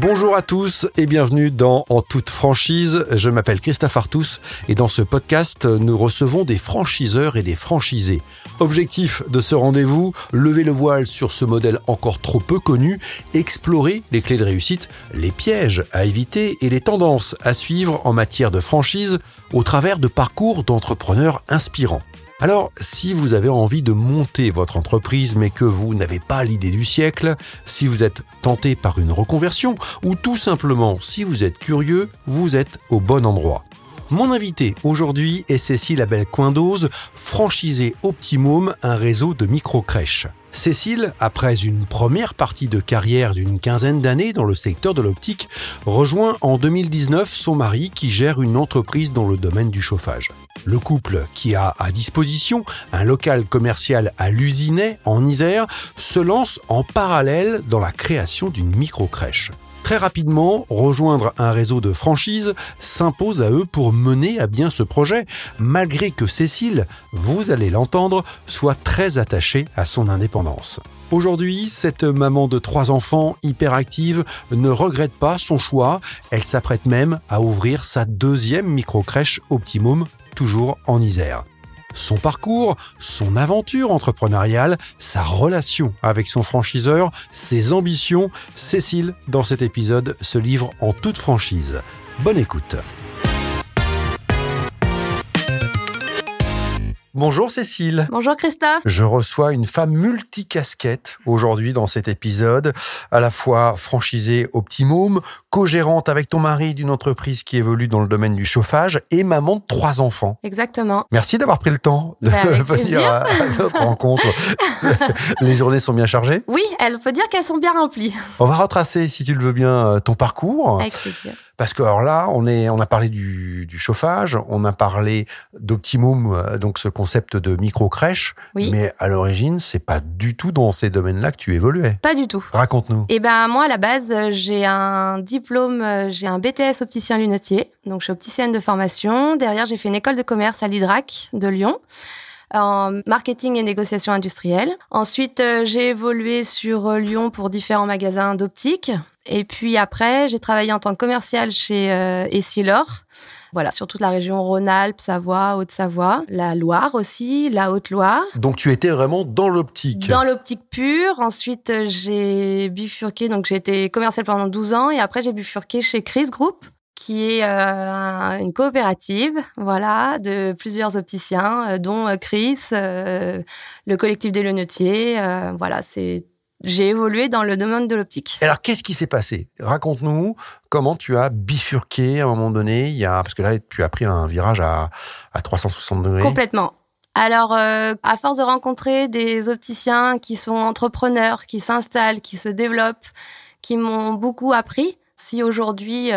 Bonjour à tous et bienvenue dans En toute franchise. Je m'appelle Christophe Artus et dans ce podcast, nous recevons des franchiseurs et des franchisés. Objectif de ce rendez-vous, lever le voile sur ce modèle encore trop peu connu, explorer les clés de réussite, les pièges à éviter et les tendances à suivre en matière de franchise au travers de parcours d'entrepreneurs inspirants. Alors, si vous avez envie de monter votre entreprise mais que vous n'avez pas l'idée du siècle, si vous êtes tenté par une reconversion ou tout simplement si vous êtes curieux, vous êtes au bon endroit. Mon invité aujourd'hui est Cécile Abel-Coindose, franchisée Optimum, un réseau de micro-crèches. Cécile, après une première partie de carrière d'une quinzaine d'années dans le secteur de l'optique, rejoint en 2019 son mari qui gère une entreprise dans le domaine du chauffage. Le couple, qui a à disposition un local commercial à Luzinay, en Isère, se lance en parallèle dans la création d'une micro-crèche. Très rapidement, rejoindre un réseau de franchises s'impose à eux pour mener à bien ce projet, malgré que Cécile, vous allez l'entendre, soit très attachée à son indépendance. Aujourd'hui, cette maman de 3 enfants hyperactive ne regrette pas son choix. Elle s'apprête même à ouvrir sa deuxième micro-crèche Optimum, toujours en Isère. Son parcours, son aventure entrepreneuriale, sa relation avec son franchiseur, ses ambitions, Cécile, dans cet épisode, se livre en toute franchise. Bonne écoute. Bonjour Cécile. Bonjour Christophe. Je reçois une femme multicasquette aujourd'hui dans cet épisode, à la fois franchisée Optimum, co-gérante avec ton mari d'une entreprise qui évolue dans le domaine du chauffage et maman de 3 enfants. Exactement. Merci d'avoir pris le temps de venir à notre rencontre. Les journées sont bien chargées ? Oui, elle peut dire qu'elles sont bien remplies. On va retracer, si tu le veux bien, ton parcours. Avec plaisir. Parce que alors là, on a parlé du chauffage, on a parlé d'Optimum, donc ce concept de micro-crèche, oui. Mais à l'origine, c'est pas du tout dans ces domaines-là que tu évoluais. Pas du tout. Raconte-nous. Moi, à la base, j'ai un diplôme, j'ai un BTS opticien lunetier, donc je suis opticienne de formation. Derrière, j'ai fait une école de commerce à l'Hydrac de Lyon, en marketing et négociation industrielle. Ensuite, j'ai évolué sur Lyon pour différents magasins d'optique. Et puis après, j'ai travaillé en tant que commerciale chez Essilor. Voilà, sur toute la région Rhône-Alpes, Savoie, Haute-Savoie, la Loire aussi, la Haute-Loire. Donc tu étais vraiment dans l'optique. Dans l'optique pure. Ensuite, j'ai bifurqué, donc j'ai été commerciale pendant 12 ans. Et après, j'ai bifurqué chez Chris Group, qui est une coopérative, voilà, de plusieurs opticiens, dont Chris, le collectif des lunetiers. Voilà, j'ai évolué dans le domaine de l'optique. Alors, qu'est-ce qui s'est passé ? Raconte-nous comment tu as bifurqué à un moment donné. Parce que là, tu as pris un virage à 360 degrés. Complètement. Alors, à force de rencontrer des opticiens qui sont entrepreneurs, qui s'installent, qui se développent, qui m'ont beaucoup appris. Si aujourd'hui,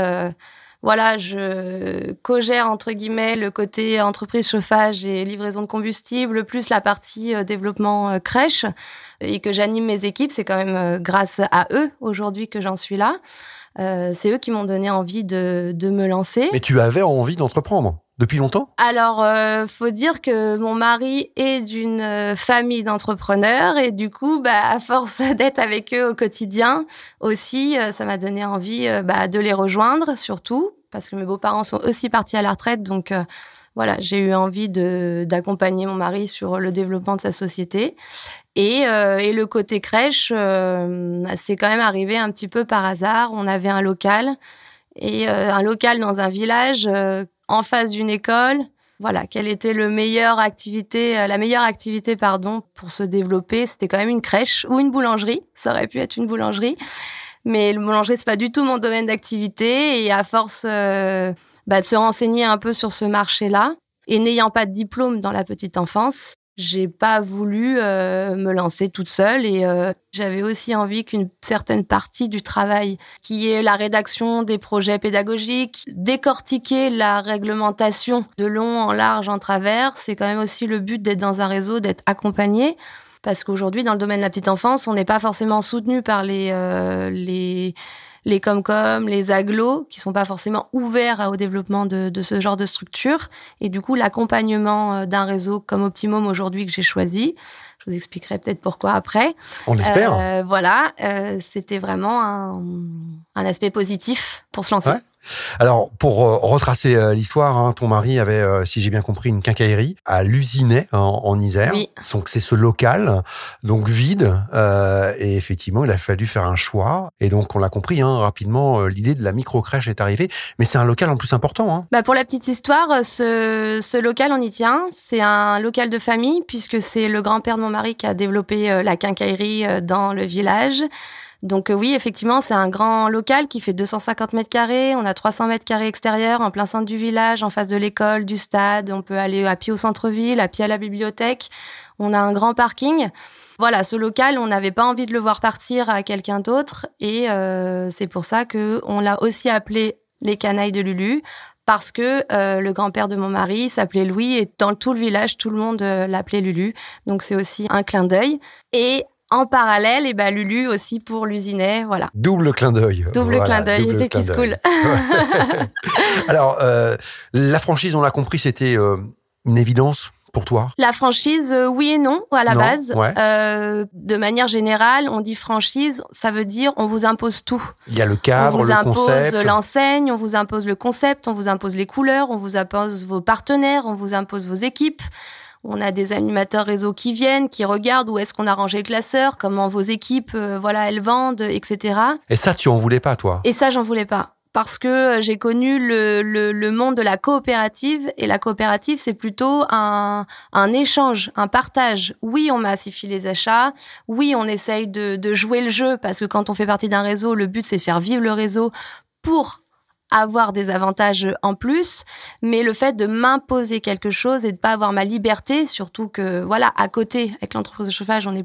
je co-gère, entre guillemets, le côté entreprise chauffage et livraison de combustible, plus la partie développement crèche, et que j'anime mes équipes, c'est quand même grâce à eux aujourd'hui que j'en suis là. C'est eux qui m'ont donné envie de me lancer. Mais tu avais envie d'entreprendre depuis longtemps ? Alors, faut dire que mon mari est d'une famille d'entrepreneurs et du coup, à force d'être avec eux au quotidien aussi, ça m'a donné envie de les rejoindre, surtout parce que mes beaux-parents sont aussi partis à la retraite, donc j'ai eu envie d'accompagner mon mari sur le développement de sa société. Et le côté crèche, c'est quand même arrivé un petit peu par hasard. On avait un local dans un village en face d'une école. Voilà, quelle était la meilleure activité, pour se développer. C'était quand même une crèche ou une boulangerie. Ça aurait pu être une boulangerie. Mais le boulangerie, c'est pas du tout mon domaine d'activité. Et à force de se renseigner un peu sur ce marché-là, et n'ayant pas de diplôme dans la petite enfance, j'ai pas voulu me lancer toute seule et j'avais aussi envie qu'une certaine partie du travail, qui est la rédaction des projets pédagogiques, décortiquer la réglementation de long en large en travers, c'est quand même aussi le but d'être dans un réseau, d'être accompagné. Parce qu'aujourd'hui, dans le domaine de la petite enfance, on n'est pas forcément soutenu par les Comcom, les agglos, qui sont pas forcément ouverts au développement de ce genre de structure. Et du coup, l'accompagnement d'un réseau comme Optimum aujourd'hui que j'ai choisi, Je vous expliquerai peut-être pourquoi après. On l'espère. Voilà, c'était vraiment un aspect positif pour se lancer. Ouais. Alors, pour retracer l'histoire, ton mari avait, si j'ai bien compris, une quincaillerie à Luzinay, en Isère. Oui. Donc, c'est ce local, donc vide. Et effectivement, il a fallu faire un choix. Et donc, on l'a compris, rapidement, l'idée de la micro-crèche est arrivée. Mais c'est un local en plus important. Pour la petite histoire, ce local, on y tient. C'est un local de famille, puisque c'est le grand-père de mon mari qui a développé la quincaillerie dans le village. Donc oui, effectivement, c'est un grand local qui fait 250 mètres carrés. On a 300 mètres carrés extérieurs en plein centre du village, en face de l'école, du stade. On peut aller à pied au centre-ville, à pied à la bibliothèque. On a un grand parking. Voilà, ce local, on n'avait pas envie de le voir partir à quelqu'un d'autre. Et c'est pour ça qu'on l'a aussi appelé les Canailles de Lulu. Parce que le grand-père de mon mari s'appelait Louis et dans tout le village, tout le monde l'appelait Lulu. Donc c'est aussi un clin d'œil. Et en parallèle, Lulu aussi pour Luzinay, voilà. Double clin d'œil. Double clin d'œil, effet qui se coule. Alors, la franchise, on l'a compris, c'était une évidence pour toi? La franchise, oui et non, à la base. Ouais. De manière générale, on dit franchise, ça veut dire on vous impose tout. Il y a le cadre, le concept. On vous impose l'enseigne, on vous impose le concept, on vous impose les couleurs, on vous impose vos partenaires, on vous impose vos équipes. On a des animateurs réseau qui viennent, qui regardent où est-ce qu'on a rangé le classeur, comment vos équipes, elles vendent, etc. Et ça, tu en voulais pas, toi? Et ça, j'en voulais pas. Parce que j'ai connu le monde de la coopérative. Et la coopérative, c'est plutôt un échange, un partage. Oui, on massifie les achats. Oui, on essaye de jouer le jeu. Parce que quand on fait partie d'un réseau, le but, c'est de faire vivre le réseau pour avoir des avantages en plus, mais le fait de m'imposer quelque chose et de pas avoir ma liberté, surtout que à côté avec l'entreprise de chauffage, on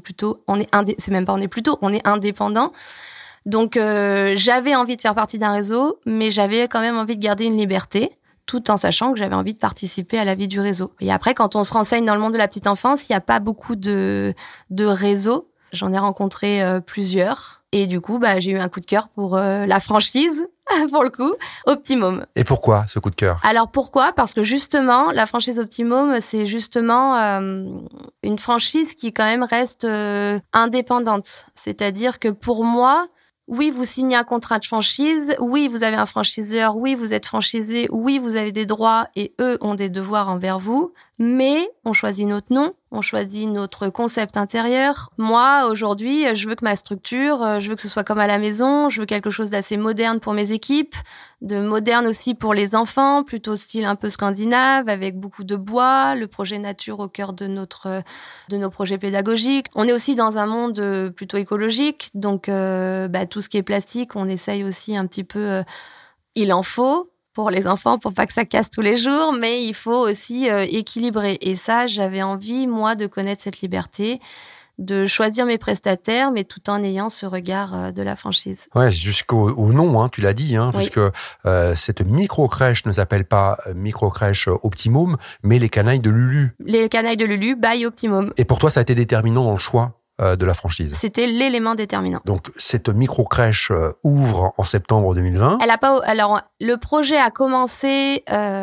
est indépendant. Donc j'avais envie de faire partie d'un réseau, mais j'avais quand même envie de garder une liberté, tout en sachant que j'avais envie de participer à la vie du réseau. Et après, quand on se renseigne dans le monde de la petite enfance, il y a pas beaucoup de réseaux. J'en ai rencontré plusieurs. Et du coup, j'ai eu un coup de cœur pour la franchise, pour le coup, Optimum. Et pourquoi ce coup de cœur? Alors pourquoi? Parce que justement, la franchise Optimum, c'est justement une franchise qui quand même reste indépendante. C'est-à-dire que pour moi, oui, vous signez un contrat de franchise, oui, vous avez un franchiseur, oui, vous êtes franchisé, oui, vous avez des droits et eux ont des devoirs envers vous, mais on choisit notre nom, on choisit notre concept intérieur. Moi, aujourd'hui, je veux que ma structure, je veux que ce soit comme à la maison, je veux quelque chose d'assez moderne pour mes équipes, de moderne aussi pour les enfants, plutôt style un peu scandinave, avec beaucoup de bois, le projet nature au cœur de nos projets pédagogiques. On est aussi dans un monde plutôt écologique, donc tout ce qui est plastique, on essaye aussi un petit peu, il en faut pour les enfants, pour pas que ça casse tous les jours, mais il faut aussi équilibrer. Et ça, j'avais envie, moi, de connaître cette liberté, de choisir mes prestataires, mais tout en ayant ce regard de la franchise. Ouais, jusqu'au nom, tu l'as dit, Oui. puisque cette micro-crèche ne s'appelle pas micro-crèche Optimum, mais les Canailles de Lulu. Les Canailles de Lulu by Optimum. Et pour toi, ça a été déterminant dans le choix de la franchise. C'était l'élément déterminant. Donc, cette micro-crèche ouvre en septembre 2020. Alors, le projet a commencé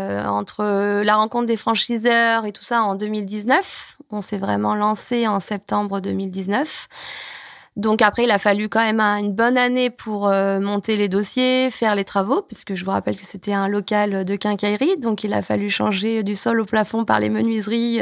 entre la rencontre des franchiseurs et tout ça en 2019. On s'est vraiment lancé en septembre 2019. Donc après, il a fallu quand même une bonne année pour monter les dossiers, faire les travaux, puisque je vous rappelle que c'était un local de quincaillerie. Donc, il a fallu changer du sol au plafond par les menuiseries,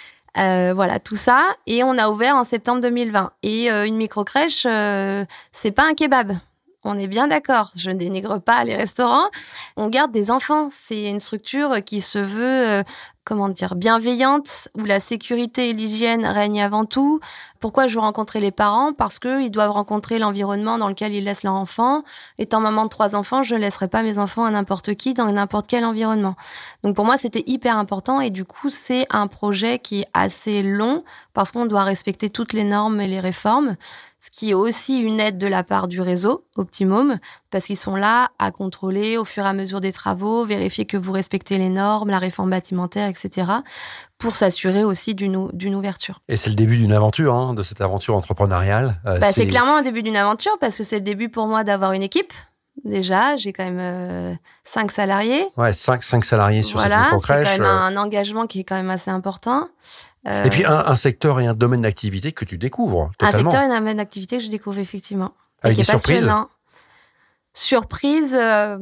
tout ça. Et on a ouvert en septembre 2020. Et une micro-crèche, c'est pas un kebab. On est bien d'accord. Je ne dénigre pas les restaurants. On garde des enfants. C'est une structure qui se veut, bienveillante, où la sécurité et l'hygiène règnent avant tout. Pourquoi je veux rencontrer les parents? Parce qu'ils doivent rencontrer l'environnement dans lequel ils laissent leur enfant. Étant maman de 3 enfants, je ne laisserai pas mes enfants à n'importe qui, dans n'importe quel environnement. Donc pour moi, c'était hyper important et du coup, c'est un projet qui est assez long parce qu'on doit respecter toutes les normes et les réformes, ce qui est aussi une aide de la part du réseau Optimum, parce qu'ils sont là à contrôler au fur et à mesure des travaux, vérifier que vous respectez les normes, la réforme bâtimentaire, etc., pour s'assurer aussi d'une ouverture. Et c'est le début d'une aventure, de cette aventure entrepreneuriale. C'est clairement le début d'une aventure, parce que c'est le début pour moi d'avoir une équipe, déjà. J'ai quand même 5 salariés. Ouais, 5 salariés sur cette microcrèche. C'est quand même un engagement qui est quand même assez important. Et puis un secteur et un domaine d'activité que tu découvres totalement. Un secteur et un domaine d'activité que je découvre effectivement. Avec et qui des est surprises. Passionnant. Surprise,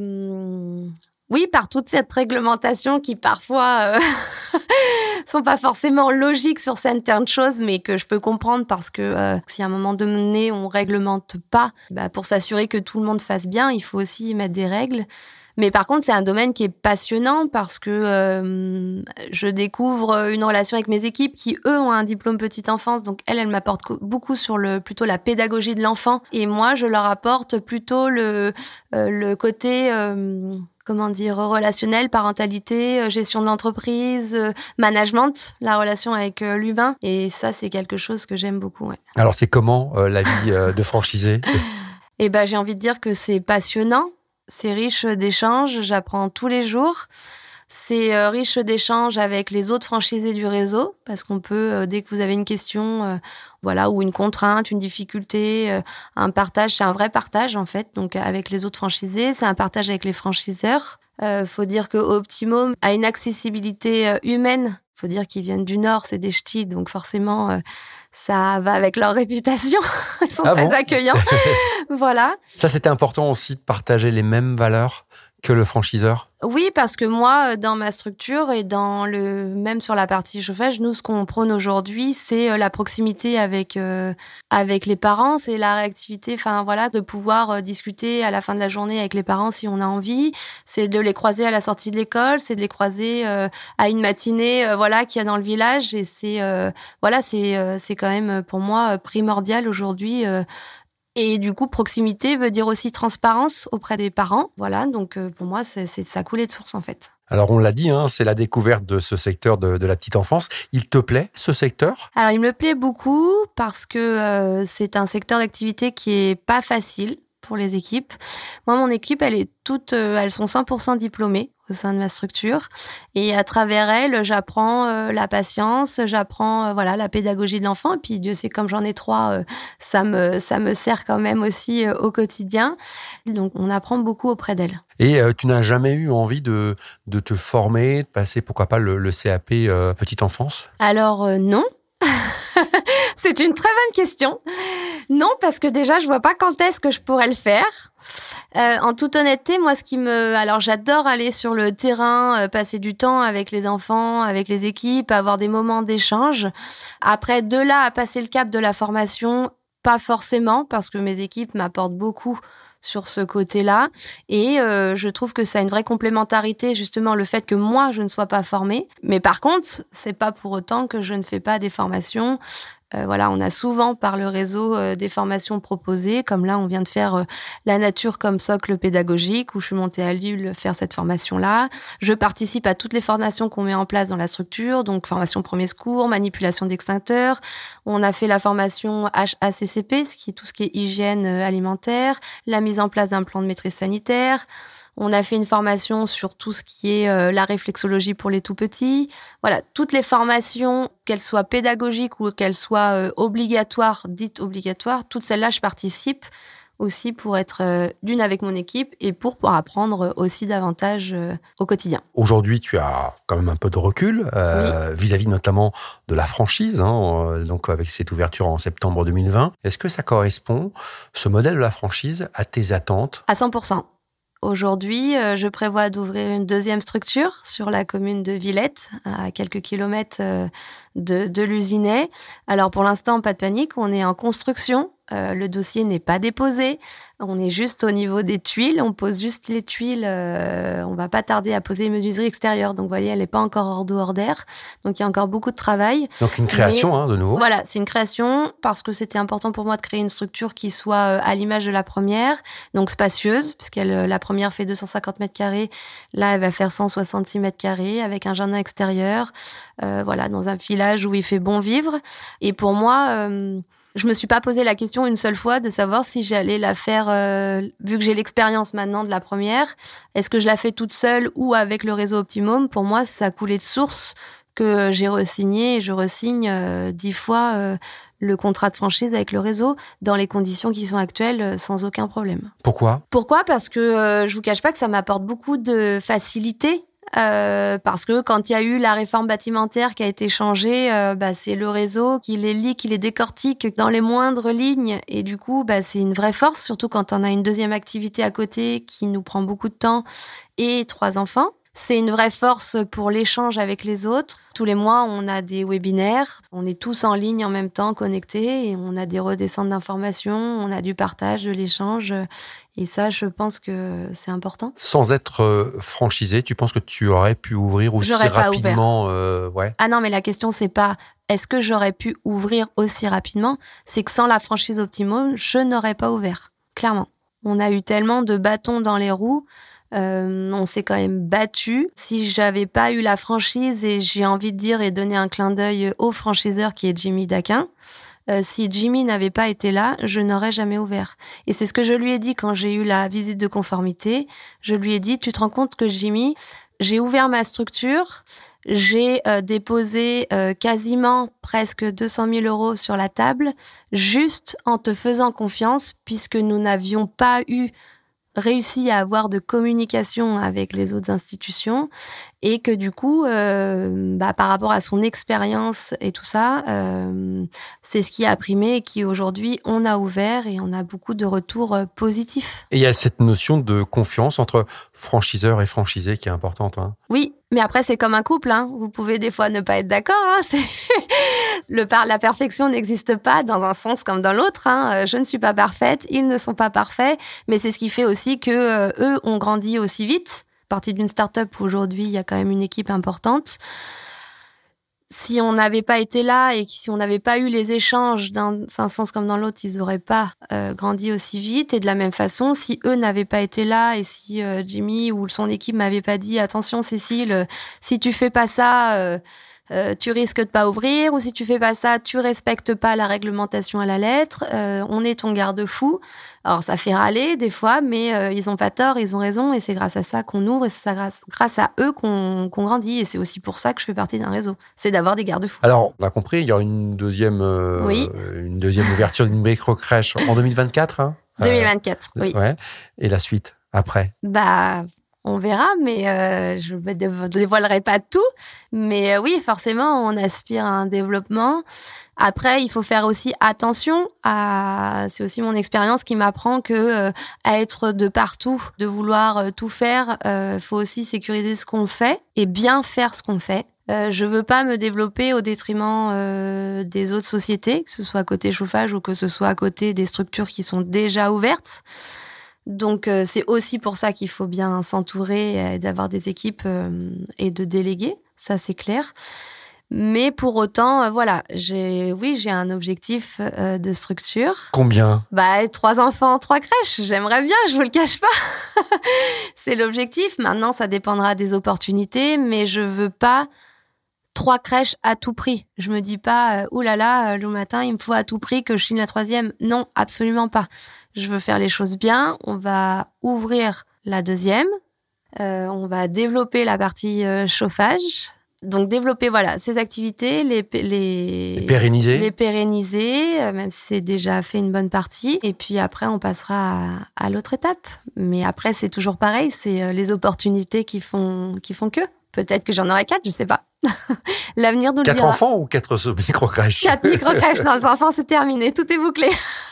oui, par toute cette réglementation qui parfois sont pas forcément logiques sur certaines choses, mais que je peux comprendre parce que si à un moment donné on réglemente pas, pour s'assurer que tout le monde fasse bien, il faut aussi mettre des règles. Mais par contre, c'est un domaine qui est passionnant parce que je découvre une relation avec mes équipes qui, eux, ont un diplôme petite enfance. Donc, elles m'apportent beaucoup sur plutôt la pédagogie de l'enfant. Et moi, je leur apporte plutôt le côté... relationnel, parentalité, gestion de l'entreprise, management, la relation avec l'humain. Et ça, c'est quelque chose que j'aime beaucoup. Ouais. Alors, c'est comment la vie de franchisé? Eh ben, j'ai envie de dire que c'est passionnant. C'est riche d'échanges, j'apprends tous les jours. C'est riche d'échanges avec les autres franchisés du réseau, parce qu'on peut, dès que vous avez une question, ou une contrainte, une difficulté, un partage, c'est un vrai partage en fait. Donc avec les autres franchisés, c'est un partage avec les franchiseurs. Faut dire que Optimum a une accessibilité humaine. Faut dire qu'ils viennent du Nord, c'est des ch'tis, donc forcément ça va avec leur réputation. Ils sont très accueillants. Voilà. Ça, c'était important aussi de partager les mêmes valeurs que le franchiseur? Oui, parce que moi, dans ma structure et même sur la partie chauffage, nous, ce qu'on prône aujourd'hui, c'est la proximité avec les parents, c'est la réactivité, de pouvoir discuter à la fin de la journée avec les parents si on a envie, c'est de les croiser à la sortie de l'école, c'est de les croiser à une matinée, qu'il y a dans le village, et c'est quand même pour moi primordial aujourd'hui. Et du coup, proximité veut dire aussi transparence auprès des parents. Voilà, donc pour moi, ça coulait de source en fait. Alors on l'a dit, c'est la découverte de ce secteur de la petite enfance. Il te plaît, ce secteur? Alors il me plaît beaucoup parce que c'est un secteur d'activité qui est pas facile pour les équipes. Moi, mon équipe, elles sont 100% diplômées au sein de ma structure. Et à travers elles, j'apprends la patience, j'apprends la pédagogie de l'enfant. Et puis Dieu sait, comme j'en ai 3, ça me sert quand même aussi au quotidien. Donc on apprend beaucoup auprès d'elles. Et tu n'as jamais eu envie de te former, de passer pourquoi pas le CAP petite enfance? Alors non. C'est une très bonne question. Non, parce que déjà, je vois pas quand est-ce que je pourrais le faire. En toute honnêteté, moi, alors j'adore aller sur le terrain, passer du temps avec les enfants, avec les équipes, avoir des moments d'échange. Après, de là à passer le cap de la formation, pas forcément, parce que mes équipes m'apportent beaucoup sur ce côté-là. Et je trouve que ça a une vraie complémentarité, justement, le fait que moi, je ne sois pas formée. Mais par contre, c'est pas pour autant que je ne fais pas des formations. On a souvent par le réseau des formations proposées, comme là on vient de faire la nature comme socle pédagogique, où je suis montée à Lille faire cette formation-là. Je participe à toutes les formations qu'on met en place dans la structure, donc formation premier secours, manipulation d'extincteurs. On a fait la formation HACCP, tout ce qui est hygiène alimentaire, la mise en place d'un plan de maîtrise sanitaire. On a fait une formation sur tout ce qui est la réflexologie pour les tout-petits. Voilà, toutes les formations, qu'elles soient pédagogiques ou qu'elles soient dites obligatoires, toutes celles-là, je participe aussi pour être d'une avec mon équipe et pour apprendre aussi davantage au quotidien. Aujourd'hui, tu as quand même un peu de recul oui. Vis-à-vis notamment de la franchise, donc avec cette ouverture en septembre 2020. Est-ce que ça correspond, ce modèle de la franchise, à tes attentes? À 100%. Aujourd'hui, je prévois d'ouvrir une deuxième structure sur la commune de Villette, à quelques kilomètres de l'Usinet. Alors pour l'instant, pas de panique, on est en construction. Le dossier n'est pas déposé. On est juste au niveau des tuiles. On pose juste les tuiles. On va pas tarder à poser une menuiserie extérieure. Donc, vous voyez, elle n'est pas encore hors d'eau, hors d'air. Donc, il y a encore beaucoup de travail. Donc, une création, de nouveau. Voilà, c'est une création parce que c'était important pour moi de créer une structure qui soit à l'image de la première. Donc, spacieuse, puisque la première fait 250 mètres carrés. Là, elle va faire 166 mètres carrés avec un jardin extérieur. Dans un village où il fait bon vivre. Et pour moi... je me suis pas posé la question une seule fois de savoir si j'allais la faire, vu que j'ai l'expérience maintenant de la première, est-ce que je la fais toute seule ou avec le réseau Optimum? Pour moi, ça coulait de source que j'ai re-signé et je re-signe 10 fois le contrat de franchise avec le réseau dans les conditions qui sont actuelles sans aucun problème. Pourquoi ? Pourquoi ? Parce que je vous cache pas que ça m'apporte beaucoup de facilité. Parce que quand il y a eu la réforme bâtimentaire qui a été changée, c'est le réseau qui les lit, qui les décortique dans les moindres lignes. Et du coup, c'est une vraie force, surtout quand on a une deuxième activité à côté qui nous prend beaucoup de temps et 3 enfants. C'est une vraie force pour l'échange avec les autres. Tous les mois, on a des webinaires. On est tous en ligne en même temps, connectés. Et on a des redescentes d'informations. On a du partage, de l'échange. Et ça, je pense que c'est important. Sans être franchisé, tu penses que tu aurais pu ouvrir aussi rapidement Ah non, mais la question, c'est pas est-ce que j'aurais pu ouvrir aussi rapidement ? C'est que sans la franchise Optimum, je n'aurais pas ouvert. Clairement. On a eu tellement de bâtons dans les roues. On s'est quand même battu. Si j'avais pas eu la franchise, et j'ai envie de dire et donner un clin d'œil au franchiseur qui est Jimmy Daquin, si Jimmy n'avait pas été là, je n'aurais jamais ouvert. Et c'est ce que je lui ai dit quand j'ai eu la visite de conformité. Je lui ai dit, tu te rends compte que Jimmy, j'ai ouvert ma structure, j'ai déposé quasiment presque 200 000 € sur la table, juste en te faisant confiance, puisque nous n'avions pas réussi à avoir de communication avec les autres institutions et que du coup, par rapport à son expérience et tout ça, c'est ce qui a primé et qui aujourd'hui, on a ouvert et on a beaucoup de retours positifs. Et il y a cette notion de confiance entre franchiseur et franchisé qui est importante. Hein. Oui, mais après, c'est comme un couple. Hein. Vous pouvez des fois ne pas être d'accord. Hein. La perfection n'existe pas dans un sens comme dans l'autre. Hein. Je ne suis pas parfaite, ils ne sont pas parfaits, mais c'est ce qui fait aussi que eux ont grandi aussi vite. Partie d'une start-up où aujourd'hui, il y a quand même une équipe importante. Si on n'avait pas été là et si on n'avait pas eu les échanges dans un sens comme dans l'autre, ils n'auraient pas grandi aussi vite. Et de la même façon, si eux n'avaient pas été là et si Jimmy ou son équipe m'avait pas dit « Attention Cécile, si tu fais pas ça... tu risques de pas ouvrir, ou si tu fais pas ça, tu respectes pas la réglementation à la lettre, on est ton garde-fou. » Alors, ça fait râler des fois, mais ils ont pas tort, ils ont raison, et c'est grâce à ça qu'on ouvre, et c'est grâce à eux qu'on grandit, et c'est aussi pour ça que je fais partie d'un réseau. C'est d'avoir des garde-fous. Alors, on a compris, il y aura une deuxième ouverture d'une micro-crèche en 2024. Hein 2024, oui. Ouais. Et la suite, après on verra, mais je ne dévoilerai pas tout. Mais oui, forcément, on aspire à un développement. Après, il faut faire aussi attention c'est aussi mon expérience qui m'apprend que à être de partout, de vouloir tout faire, faut aussi sécuriser ce qu'on fait et bien faire ce qu'on fait. Je veux pas me développer au détriment des autres sociétés, que ce soit côté chauffage ou que ce soit à côté des structures qui sont déjà ouvertes. Donc, c'est aussi pour ça qu'il faut bien s'entourer, d'avoir des équipes et de déléguer. Ça, c'est clair. Mais pour autant, j'ai un objectif de structure. Combien ? 3 enfants, 3 crèches. J'aimerais bien, je vous le cache pas. C'est l'objectif. Maintenant, ça dépendra des opportunités, mais je veux pas 3 crèches à tout prix. Je me dis pas, oulala, le matin, il me faut à tout prix que je signe la 3e. Non, absolument pas. Je veux faire les choses bien. On va ouvrir la 2e. On va développer la partie chauffage. Donc, développer ces activités, les pérenniser. Les pérenniser, même si c'est déjà fait une bonne partie. Et puis après, on passera à l'autre étape. Mais après, c'est toujours pareil. C'est les opportunités qui font que. Peut-être que j'en aurai 4, je sais pas. L'avenir nous le dira. 4 enfants ou 4 micro-crèches ? 4 micro-crèches. Non, les enfants, c'est terminé. Tout est bouclé.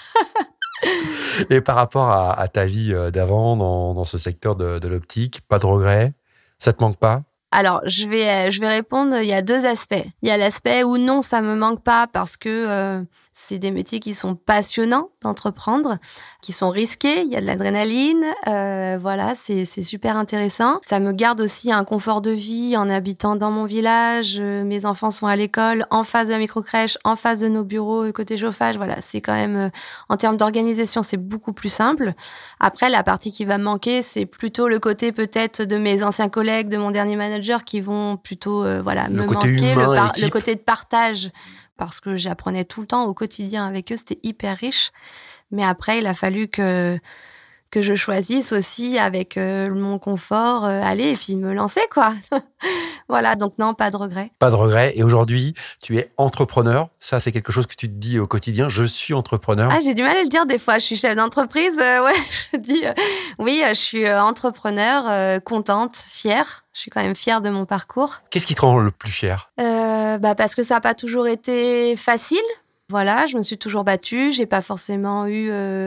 Et par rapport à ta vie d'avant dans ce secteur de l'optique, pas de regrets ? Ça te manque pas ? Alors, je vais répondre, il y a 2 aspects. Il y a l'aspect où non, ça me manque pas parce que c'est des métiers qui sont passionnants d'entreprendre, qui sont risqués, il y a de l'adrénaline, c'est super intéressant. Ça me garde aussi un confort de vie en habitant dans mon village, mes enfants sont à l'école, en face de la microcrèche, en face de nos bureaux, côté chauffage, c'est quand même, en termes d'organisation, c'est beaucoup plus simple. Après, la partie qui va me manquer, c'est plutôt le côté peut-être de mes anciens collègues, de mon dernier manager qui vont plutôt me manquer, le côté de partage. Parce que j'apprenais tout le temps au quotidien avec eux, c'était hyper riche. Mais après, il a fallu que que je choisisse aussi avec mon confort, aller et puis me lancer, quoi. Voilà, donc non, pas de regret. Pas de regret. Et aujourd'hui, tu es entrepreneur. Ça, c'est quelque chose que tu te dis au quotidien. Je suis entrepreneur. Ah, j'ai du mal à le dire des fois. Je suis chef d'entreprise. Ouais, je dis oui, je suis entrepreneur, contente, fière. Je suis quand même fière de mon parcours. Qu'est-ce qui te rend le plus fier ? Parce que ça n'a pas toujours été facile. Voilà, je me suis toujours battue. J'ai pas forcément eu...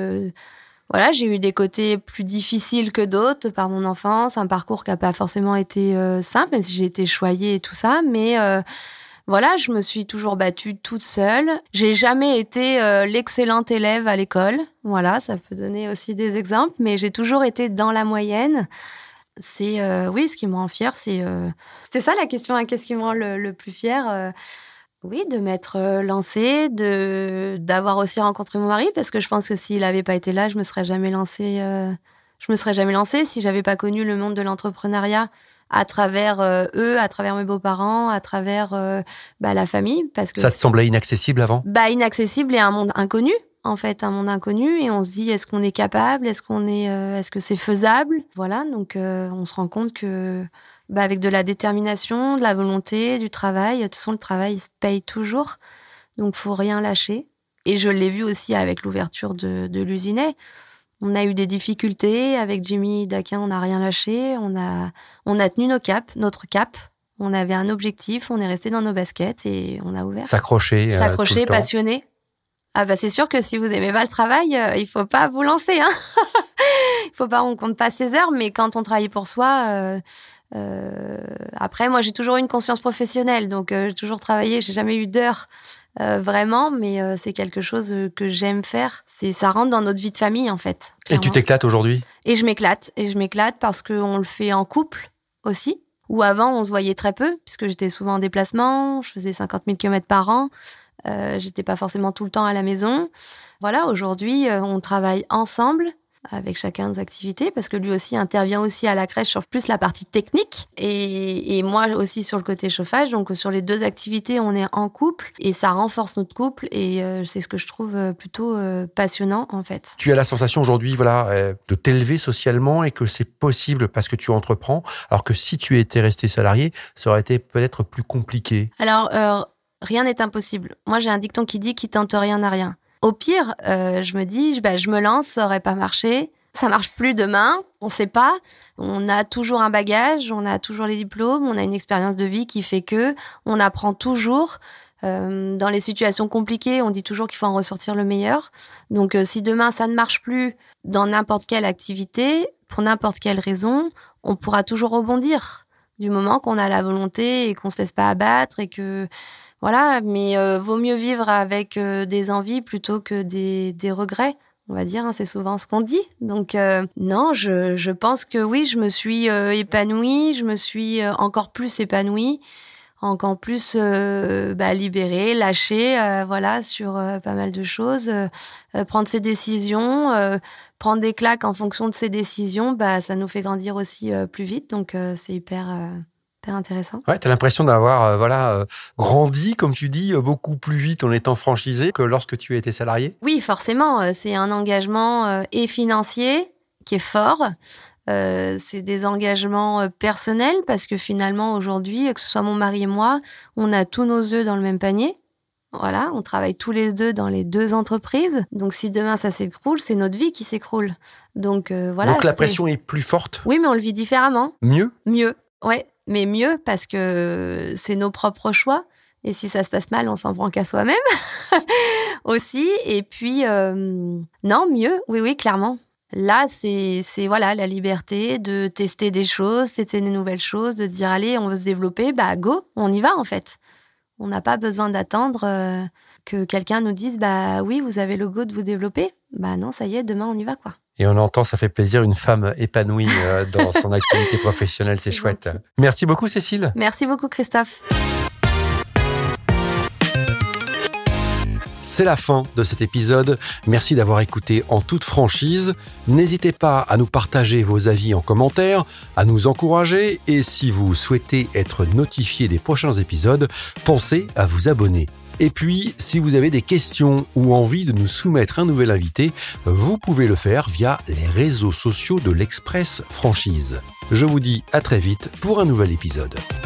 j'ai eu des côtés plus difficiles que d'autres par mon enfance, un parcours qui n'a pas forcément été simple, même si j'ai été choyée et tout ça. Mais je me suis toujours battue toute seule. J'ai jamais été l'excellente élève à l'école. Voilà, ça peut donner aussi des exemples, mais j'ai toujours été dans la moyenne. C'est ce qui me rend fière, c'était ça la question, hein, qu'est-ce qui me rend le plus fière Oui, de m'être lancée, d'avoir aussi rencontré mon mari, parce que je pense que s'il n'avait pas été là, je me serais jamais lancée. Si j'avais pas connu le monde de l'entrepreneuriat à travers eux, à travers mes beaux-parents, à travers la famille, parce que ça te semblait inaccessible avant ? Inaccessible et un monde inconnu. En fait, un monde inconnu, et on se dit, est-ce qu'on est capable, est-ce que c'est faisable ? Voilà, donc on se rend compte que avec de la détermination, de la volonté, du travail, de toute façon, le travail il se paye toujours, donc faut rien lâcher. Et je l'ai vu aussi avec l'ouverture de l'usinet. On a eu des difficultés avec Jimmy Daquin, on n'a rien lâché, on a tenu notre cap. On avait un objectif, on est resté dans nos baskets et on a ouvert. S'accrocher, passionné. C'est sûr que si vous aimez pas le travail, il faut pas vous lancer, hein. Il faut pas, on compte pas ses heures, mais quand on travaille pour soi, après, moi, j'ai toujours eu une conscience professionnelle, donc j'ai toujours travaillé, j'ai jamais eu d'heures vraiment, mais c'est quelque chose que j'aime faire. Ça rentre dans notre vie de famille, en fait. Clairement. Et tu t'éclates aujourd'hui ? Et je m'éclate parce qu'on le fait en couple aussi. Où avant, on se voyait très peu, puisque j'étais souvent en déplacement, je faisais 50 000 km par an. J'étais pas forcément tout le temps à la maison. Voilà, aujourd'hui, on travaille ensemble avec chacun nos activités, parce que lui aussi intervient aussi à la crèche sur plus la partie technique et moi aussi sur le côté chauffage. Donc sur les deux activités, on est en couple et ça renforce notre couple et c'est ce que je trouve plutôt passionnant en fait. Tu as la sensation aujourd'hui de t'élever socialement et que c'est possible parce que tu entreprends, alors que si tu étais resté salarié, ça aurait été peut-être plus compliqué. Alors, rien n'est impossible. Moi, j'ai un dicton qui dit « qui tente rien n'a rien ». Au pire, je me dis, je me lance, ça aurait pas marché. Ça marche plus demain, on sait pas. On a toujours un bagage, on a toujours les diplômes, on a une expérience de vie qui fait que on apprend toujours. Dans les situations compliquées, on dit toujours qu'il faut en ressortir le meilleur. Donc, si demain, ça ne marche plus dans n'importe quelle activité, pour n'importe quelle raison, on pourra toujours rebondir. Du moment qu'on a la volonté et qu'on se laisse pas abattre et que... Voilà, mais vaut mieux vivre avec des envies plutôt que des regrets, on va dire, hein, c'est souvent ce qu'on dit. Donc non, je pense que oui, je me suis épanouie, je me suis encore plus épanouie, encore plus libérée, lâchée, sur pas mal de choses, prendre ses décisions, prendre des claques en fonction de ses décisions, ça nous fait grandir aussi plus vite, donc c'est hyper intéressant. Ouais, t'as l'impression d'avoir grandi, comme tu dis, beaucoup plus vite en étant franchisé que lorsque tu étais salarié. Oui, forcément, c'est un engagement et financier qui est fort. C'est des engagements personnels parce que finalement aujourd'hui, que ce soit mon mari et moi, on a tous nos œufs dans le même panier. Voilà, on travaille tous les deux dans les deux entreprises. Donc si demain ça s'écroule, c'est notre vie qui s'écroule. Donc voilà. Donc la pression est plus forte. Oui, mais on le vit différemment. Mieux, ouais. Mais mieux parce que c'est nos propres choix. Et si ça se passe mal, on s'en prend qu'à soi-même aussi. Et puis, non, mieux, oui, clairement. Là, c'est la liberté de tester des choses, tester des nouvelles choses, de dire, allez, on veut se développer, go, on y va en fait. On n'a pas besoin d'attendre que quelqu'un nous dise, oui, vous avez le go de vous développer. Non, ça y est, demain, on y va, quoi. Et on entend, ça fait plaisir, une femme épanouie dans son activité professionnelle, c'est chouette. Gentil. Merci beaucoup, Cécile. Merci beaucoup, Christophe. C'est la fin de cet épisode. Merci d'avoir écouté en toute franchise. N'hésitez pas à nous partager vos avis en commentaire, à nous encourager et si vous souhaitez être notifié des prochains épisodes, pensez à vous abonner. Et puis, si vous avez des questions ou envie de nous soumettre un nouvel invité, vous pouvez le faire via les réseaux sociaux de l'Express Franchise. Je vous dis à très vite pour un nouvel épisode.